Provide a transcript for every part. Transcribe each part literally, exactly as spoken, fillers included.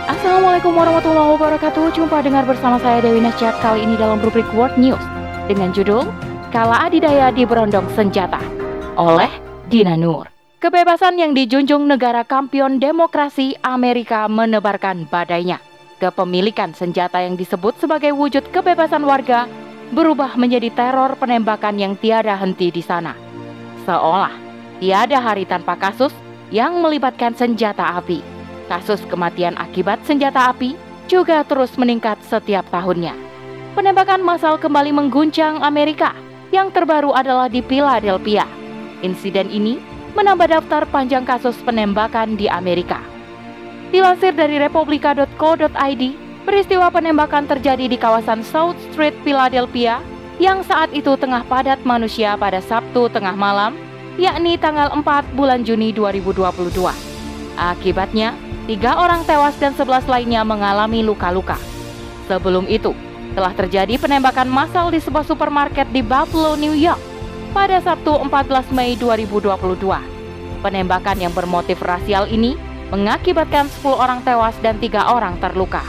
Assalamualaikum warahmatullahi wabarakatuh. Jumpa dengar bersama saya Dewi Nasjat kali ini dalam rubrik World News dengan judul Kala Adidaya di Berondong Senjata oleh Dina Nur. Kebebasan yang dijunjung negara kampion demokrasi Amerika menebarkan badainya. Kepemilikan senjata yang disebut sebagai wujud kebebasan warga berubah menjadi teror penembakan yang tiada henti di sana. Seolah tiada hari tanpa kasus yang melibatkan senjata api. Kasus kematian akibat senjata api juga terus meningkat setiap tahunnya. Penembakan massal kembali mengguncang Amerika. Yang terbaru adalah di Philadelphia. Insiden ini menambah daftar panjang kasus penembakan di Amerika. Dilansir dari republika dot co dot id, peristiwa penembakan terjadi di kawasan South Street, Philadelphia, yang saat itu tengah padat manusia pada Sabtu tengah malam, yakni tanggal empat bulan Juni dua ribu dua puluh dua. Akibatnya, tiga orang tewas dan sebelas lainnya mengalami luka-luka. Sebelum itu, telah terjadi penembakan massal di sebuah supermarket di Buffalo, New York pada Sabtu empat belas Mei dua ribu dua puluh dua. Penembakan yang bermotif rasial ini mengakibatkan sepuluh orang tewas dan tiga orang terluka.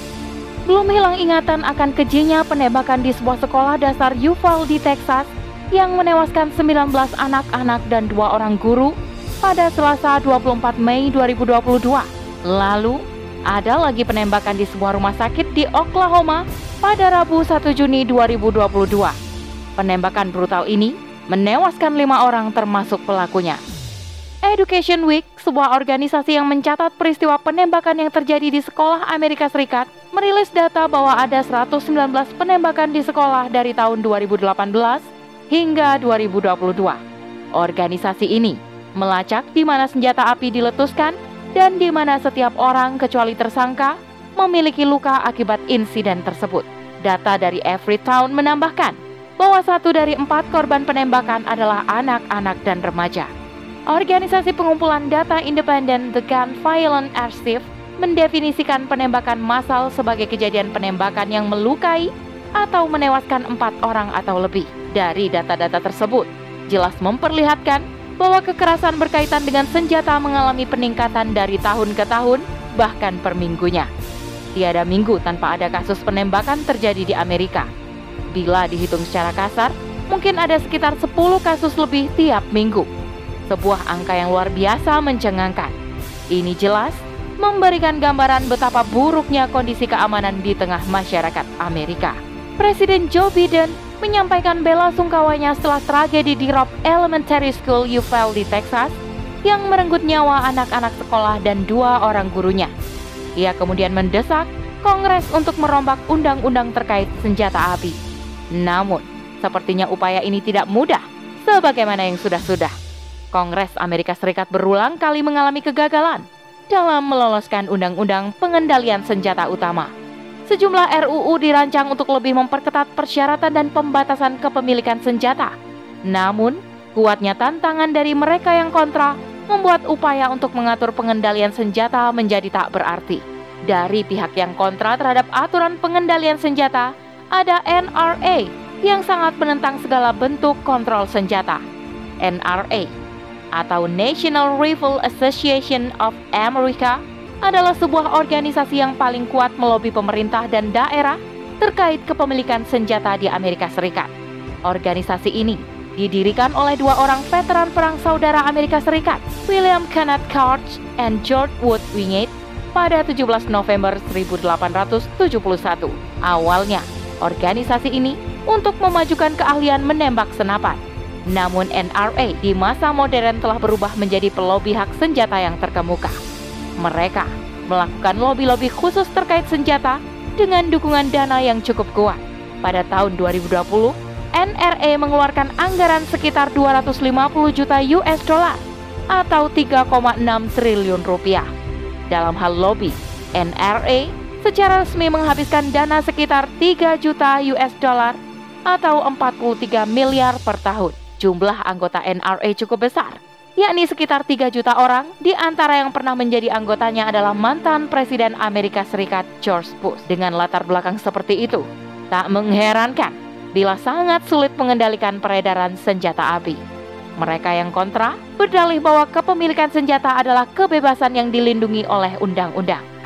Belum hilang ingatan akan kejinya penembakan di sebuah sekolah dasar Uvalde, Texas yang menewaskan sembilan belas anak-anak dan dua orang guru pada Selasa dua puluh empat Mei dua ribu dua puluh dua. Lalu, ada lagi penembakan di sebuah rumah sakit di Oklahoma pada Rabu satu Juni dua ribu dua puluh dua. Penembakan brutal ini menewaskan lima orang termasuk pelakunya. Education Week, sebuah organisasi yang mencatat peristiwa penembakan yang terjadi di sekolah Amerika Serikat, merilis data bahwa ada seratus sembilan belas penembakan di sekolah dari tahun dua ribu delapan belas hingga dua ribu dua puluh dua. Organisasi ini melacak di mana senjata api diletuskan dan di mana setiap orang kecuali tersangka memiliki luka akibat insiden tersebut. Data dari Everytown menambahkan bahwa satu dari empat korban penembakan adalah anak-anak dan remaja. Organisasi pengumpulan data independen The Gun Violence Archive mendefinisikan penembakan massal sebagai kejadian penembakan yang melukai atau menewaskan empat orang atau lebih. Dari data-data tersebut, jelas memperlihatkan bahwa kekerasan berkaitan dengan senjata mengalami peningkatan dari tahun ke tahun, bahkan per minggunya. Tiada minggu tanpa ada kasus penembakan terjadi di Amerika. Bila dihitung secara kasar, mungkin ada sekitar sepuluh kasus lebih tiap minggu. Sebuah angka yang luar biasa mencengangkan. Ini jelas memberikan gambaran betapa buruknya kondisi keamanan di tengah masyarakat Amerika. Presiden Joe Biden menyampaikan bela sungkawanya setelah tragedi di Robb Elementary School, Uvalde, Texas, yang merenggut nyawa anak-anak sekolah dan dua orang gurunya. Ia kemudian mendesak Kongres untuk merombak undang-undang terkait senjata api. Namun, sepertinya upaya ini tidak mudah, sebagaimana yang sudah-sudah. Kongres Amerika Serikat berulang kali mengalami kegagalan dalam meloloskan undang-undang pengendalian senjata utama. Sejumlah R U U dirancang untuk lebih memperketat persyaratan dan pembatasan kepemilikan senjata. Namun, kuatnya tantangan dari mereka yang kontra membuat upaya untuk mengatur pengendalian senjata menjadi tak berarti. Dari pihak yang kontra terhadap aturan pengendalian senjata, ada N R A yang sangat menentang segala bentuk kontrol senjata. N R A atau National Rifle Association of America adalah sebuah organisasi yang paling kuat melobi pemerintah dan daerah terkait kepemilikan senjata di Amerika Serikat. Organisasi ini didirikan oleh dua orang veteran perang saudara Amerika Serikat, William Kenneth Karch dan George Wood Wingate, pada tujuh belas November seribu delapan ratus tujuh puluh satu. Awalnya, organisasi ini untuk memajukan keahlian menembak senapan. Namun N R A di masa modern telah berubah menjadi pelobi hak senjata yang terkemuka. Mereka melakukan lobi-lobi khusus terkait senjata dengan dukungan dana yang cukup kuat. Pada tahun dua ribu dua puluh, N R A mengeluarkan anggaran sekitar dua ratus lima puluh juta U S dollar atau tiga koma enam triliun rupiah. Dalam hal lobi, N R A secara resmi menghabiskan dana sekitar tiga juta U S dollar atau empat puluh tiga miliar per tahun. Jumlah anggota N R A cukup besar, yakni sekitar tiga juta orang, di antara yang pernah menjadi anggotanya adalah mantan Presiden Amerika Serikat George Bush. Dengan latar belakang seperti itu, tak mengherankan bila sangat sulit mengendalikan peredaran senjata api. Mereka yang kontra berdalih bahwa kepemilikan senjata adalah kebebasan yang dilindungi oleh undang-undang.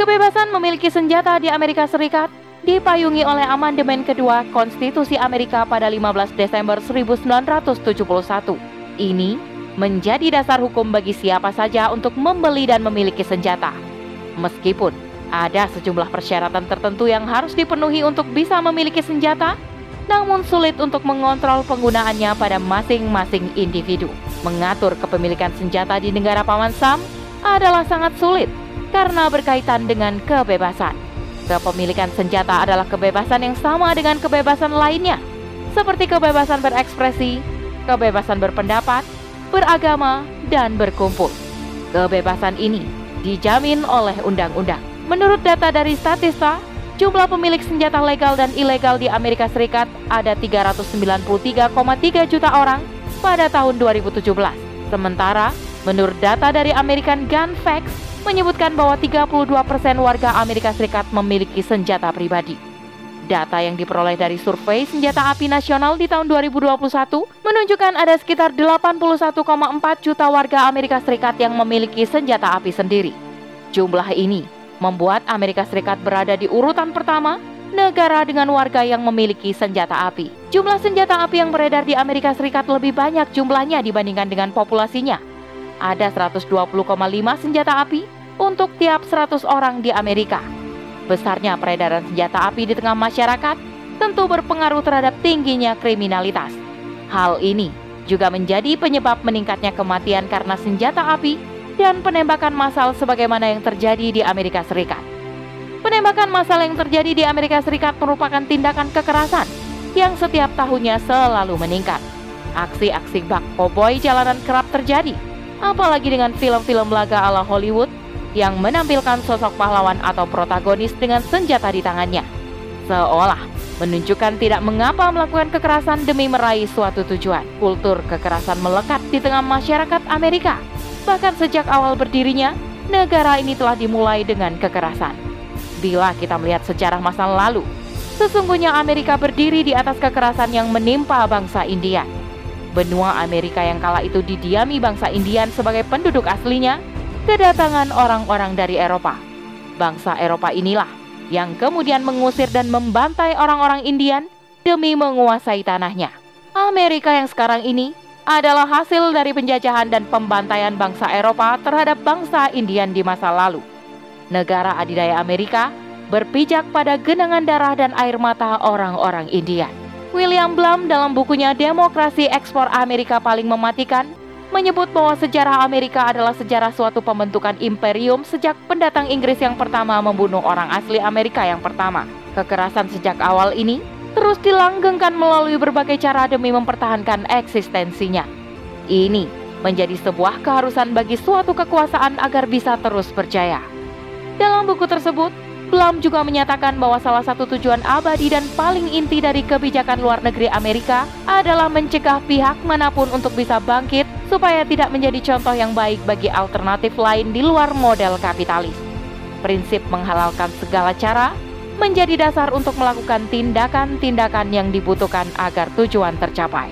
Kebebasan memiliki senjata di Amerika Serikat dipayungi oleh amandemen kedua Konstitusi Amerika pada lima belas Desember seribu sembilan ratus tujuh puluh satu. Ini menjadi dasar hukum bagi siapa saja untuk membeli dan memiliki senjata. Meskipun ada sejumlah persyaratan tertentu yang harus dipenuhi untuk bisa memiliki senjata, namun sulit untuk mengontrol penggunaannya pada masing-masing individu. Mengatur kepemilikan senjata di negara Paman Sam adalah sangat sulit karena berkaitan dengan kebebasan. Kepemilikan senjata adalah kebebasan yang sama dengan kebebasan lainnya, seperti kebebasan berekspresi, kebebasan berpendapat, beragama, dan berkumpul. Kebebasan ini dijamin oleh undang-undang. Menurut data dari Statista, jumlah pemilik senjata legal dan ilegal di Amerika Serikat ada tiga ratus sembilan puluh tiga koma tiga juta orang pada tahun dua ribu tujuh belas. Sementara, menurut data dari American Gun Facts, menyebutkan bahwa tiga puluh dua persen warga Amerika Serikat memiliki senjata pribadi. Data yang diperoleh dari Survei Senjata Api Nasional di tahun dua ribu dua puluh satu menunjukkan ada sekitar delapan puluh satu koma empat juta warga Amerika Serikat yang memiliki senjata api sendiri. Jumlah ini membuat Amerika Serikat berada di urutan pertama negara dengan warga yang memiliki senjata api. Jumlah senjata api yang beredar di Amerika Serikat lebih banyak jumlahnya dibandingkan dengan populasinya. Ada seratus dua puluh koma lima senjata api untuk tiap seratus orang di Amerika. Besarnya peredaran senjata api di tengah masyarakat tentu berpengaruh terhadap tingginya kriminalitas. Hal ini juga menjadi penyebab meningkatnya kematian karena senjata api dan penembakan massal sebagaimana yang terjadi di Amerika Serikat. Penembakan massal yang terjadi di Amerika Serikat merupakan tindakan kekerasan yang setiap tahunnya selalu meningkat. Aksi-aksi bak cowboy jalanan kerap terjadi, apalagi dengan film-film laga ala Hollywood yang menampilkan sosok pahlawan atau protagonis dengan senjata di tangannya, seolah menunjukkan tidak mengapa melakukan kekerasan demi meraih suatu tujuan. Kultur kekerasan melekat di tengah masyarakat Amerika. Bahkan sejak awal berdirinya, negara ini telah dimulai dengan kekerasan. Bila kita melihat sejarah masa lalu, sesungguhnya Amerika berdiri di atas kekerasan yang menimpa bangsa Indian. Benua Amerika yang kala itu didiami bangsa Indian sebagai penduduk aslinya, kedatangan orang-orang dari Eropa. Bangsa Eropa inilah yang kemudian mengusir dan membantai orang-orang Indian demi menguasai tanahnya. Amerika yang sekarang ini adalah hasil dari penjajahan dan pembantaian bangsa Eropa terhadap bangsa Indian di masa lalu. Negara adidaya Amerika berpijak pada genangan darah dan air mata orang-orang Indian. William Blum dalam bukunya Demokrasi Ekspor Amerika Paling Mematikan menyebut bahwa sejarah Amerika adalah sejarah suatu pembentukan imperium sejak pendatang Inggris yang pertama membunuh orang asli Amerika yang pertama. Kekerasan sejak awal ini terus dilanggengkan melalui berbagai cara demi mempertahankan eksistensinya. Ini menjadi sebuah keharusan bagi suatu kekuasaan agar bisa terus berjaya. Dalam buku tersebut, Blum juga menyatakan bahwa salah satu tujuan abadi dan paling inti dari kebijakan luar negeri Amerika adalah mencegah pihak manapun untuk bisa bangkit supaya tidak menjadi contoh yang baik bagi alternatif lain di luar model kapitalis. Prinsip menghalalkan segala cara menjadi dasar untuk melakukan tindakan-tindakan yang dibutuhkan agar tujuan tercapai.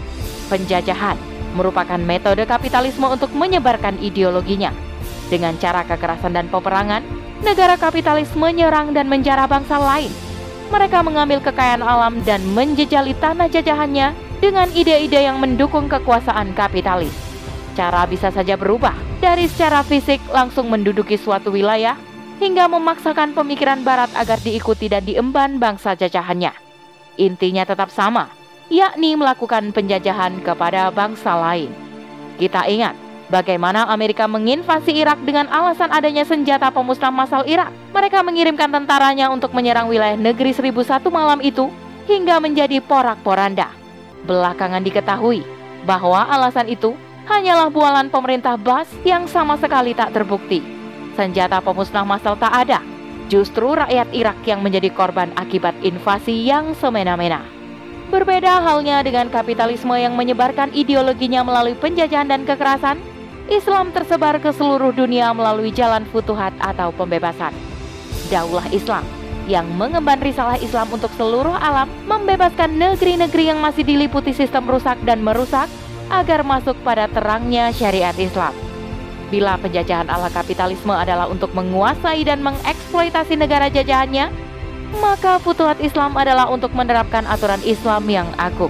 Penjajahan merupakan metode kapitalisme untuk menyebarkan ideologinya. Dengan cara kekerasan dan peperangan, negara kapitalis menyerang dan menjara bangsa lain. Mereka mengambil kekayaan alam dan menjejali tanah jajahannya dengan ide-ide yang mendukung kekuasaan kapitalis. Cara bisa saja berubah, dari secara fisik langsung menduduki suatu wilayah, hingga memaksakan pemikiran barat agar diikuti dan diemban bangsa jajahannya. Intinya tetap sama, yakni melakukan penjajahan kepada bangsa lain. Kita ingat bagaimana Amerika menginvasi Irak dengan alasan adanya senjata pemusnah massal Irak. Mereka mengirimkan tentaranya untuk menyerang wilayah negeri seribu satu malam itu hingga menjadi porak-poranda. Belakangan diketahui bahwa alasan itu hanyalah bualan pemerintah Baas yang sama sekali tak terbukti. Senjata pemusnah massal tak ada. Justru rakyat Irak yang menjadi korban akibat invasi yang semena-mena. Berbeda halnya dengan kapitalisme yang menyebarkan ideologinya melalui penjajahan dan kekerasan, Islam tersebar ke seluruh dunia melalui jalan futuhat atau pembebasan. Daulah Islam yang mengemban risalah Islam untuk seluruh alam membebaskan negeri-negeri yang masih diliputi sistem rusak dan merusak agar masuk pada terangnya syariat Islam. Bila penjajahan ala kapitalisme adalah untuk menguasai dan mengeksploitasi negara jajahannya, maka futuhat Islam adalah untuk menerapkan aturan Islam yang agung.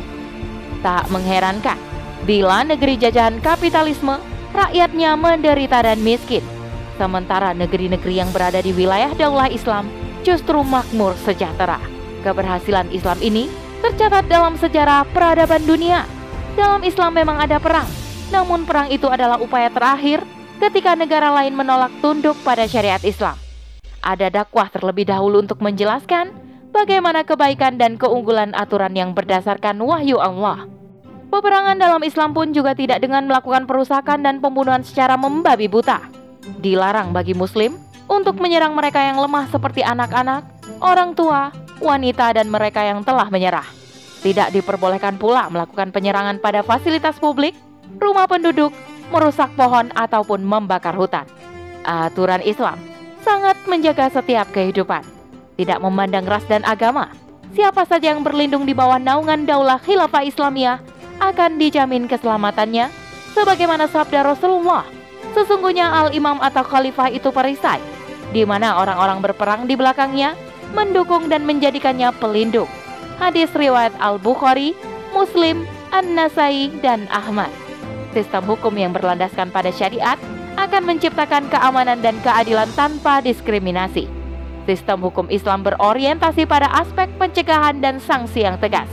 Tak mengherankan bila negeri jajahan kapitalisme rakyatnya menderita dan miskin, sementara negeri-negeri yang berada di wilayah daulah Islam justru makmur sejahtera. Keberhasilan Islam ini tercatat dalam sejarah peradaban dunia. Dalam Islam memang ada perang, namun perang itu adalah upaya terakhir ketika negara lain menolak tunduk pada syariat Islam. Ada dakwah terlebih dahulu untuk menjelaskan bagaimana kebaikan dan keunggulan aturan yang berdasarkan wahyu Allah. Peperangan dalam Islam pun juga tidak dengan melakukan perusakan dan pembunuhan secara membabi buta. Dilarang bagi Muslim untuk menyerang mereka yang lemah seperti anak-anak, orang tua, wanita, dan mereka yang telah menyerah. Tidak diperbolehkan pula melakukan penyerangan pada fasilitas publik, rumah penduduk, merusak pohon, ataupun membakar hutan. Aturan Islam sangat menjaga setiap kehidupan, tidak memandang ras dan agama. Siapa saja yang berlindung di bawah naungan daulah khilafah Islamiyah akan dijamin keselamatannya, sebagaimana sabda Rasulullah, sesungguhnya al-imam atau khalifah itu perisai, di mana orang-orang berperang di belakangnya mendukung dan menjadikannya pelindung. Hadis riwayat Al-Bukhari, Muslim, An-Nasai, dan Ahmad. Sistem hukum yang berlandaskan pada syariat akan menciptakan keamanan dan keadilan tanpa diskriminasi. Sistem hukum Islam berorientasi pada aspek pencegahan dan sanksi yang tegas.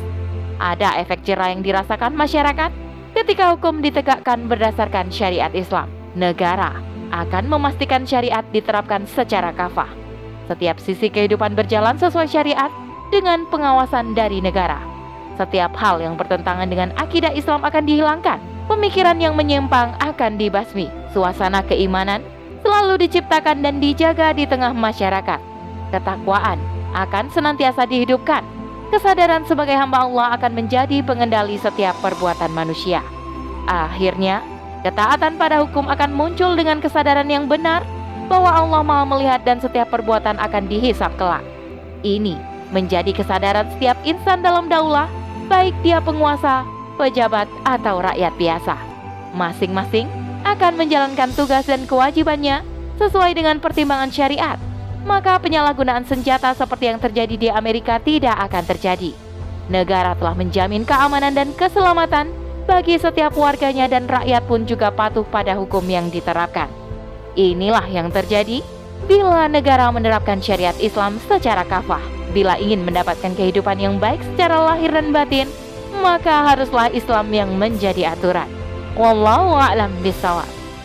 Ada efek jera yang dirasakan masyarakat ketika hukum ditegakkan berdasarkan syariat Islam. Negara akan memastikan syariat diterapkan secara kafah. Setiap sisi kehidupan berjalan sesuai syariat dengan pengawasan dari negara. Setiap hal yang bertentangan dengan akidah Islam akan dihilangkan. Pemikiran yang menyimpang akan dibasmi. Suasana keimanan selalu diciptakan dan dijaga di tengah masyarakat. Ketakwaan akan senantiasa dihidupkan. Kesadaran sebagai hamba Allah akan menjadi pengendali setiap perbuatan manusia. Akhirnya, ketaatan pada hukum akan muncul dengan kesadaran yang benar bahwa Allah Maha melihat dan setiap perbuatan akan dihisab kelak. Ini menjadi kesadaran setiap insan dalam daulah, baik dia penguasa, pejabat, atau rakyat biasa. Masing-masing akan menjalankan tugas dan kewajibannya sesuai dengan pertimbangan syariat. Maka penyalahgunaan senjata seperti yang terjadi di Amerika tidak akan terjadi. Negara telah menjamin keamanan dan keselamatan bagi setiap warganya, dan rakyat pun juga patuh pada hukum yang diterapkan. Inilah yang terjadi bila negara menerapkan syariat Islam secara kafah. Bila ingin mendapatkan kehidupan yang baik secara lahir dan batin, maka haruslah Islam yang menjadi aturan. Wallahu a'lam bishawab.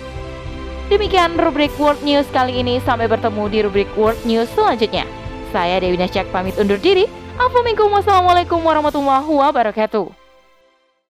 Demikian rubrik World News kali ini. Sampai bertemu di rubrik World News selanjutnya. Saya Dewi Nasyak pamit undur diri. Assalamualaikum warahmatullahi wabarakatuh.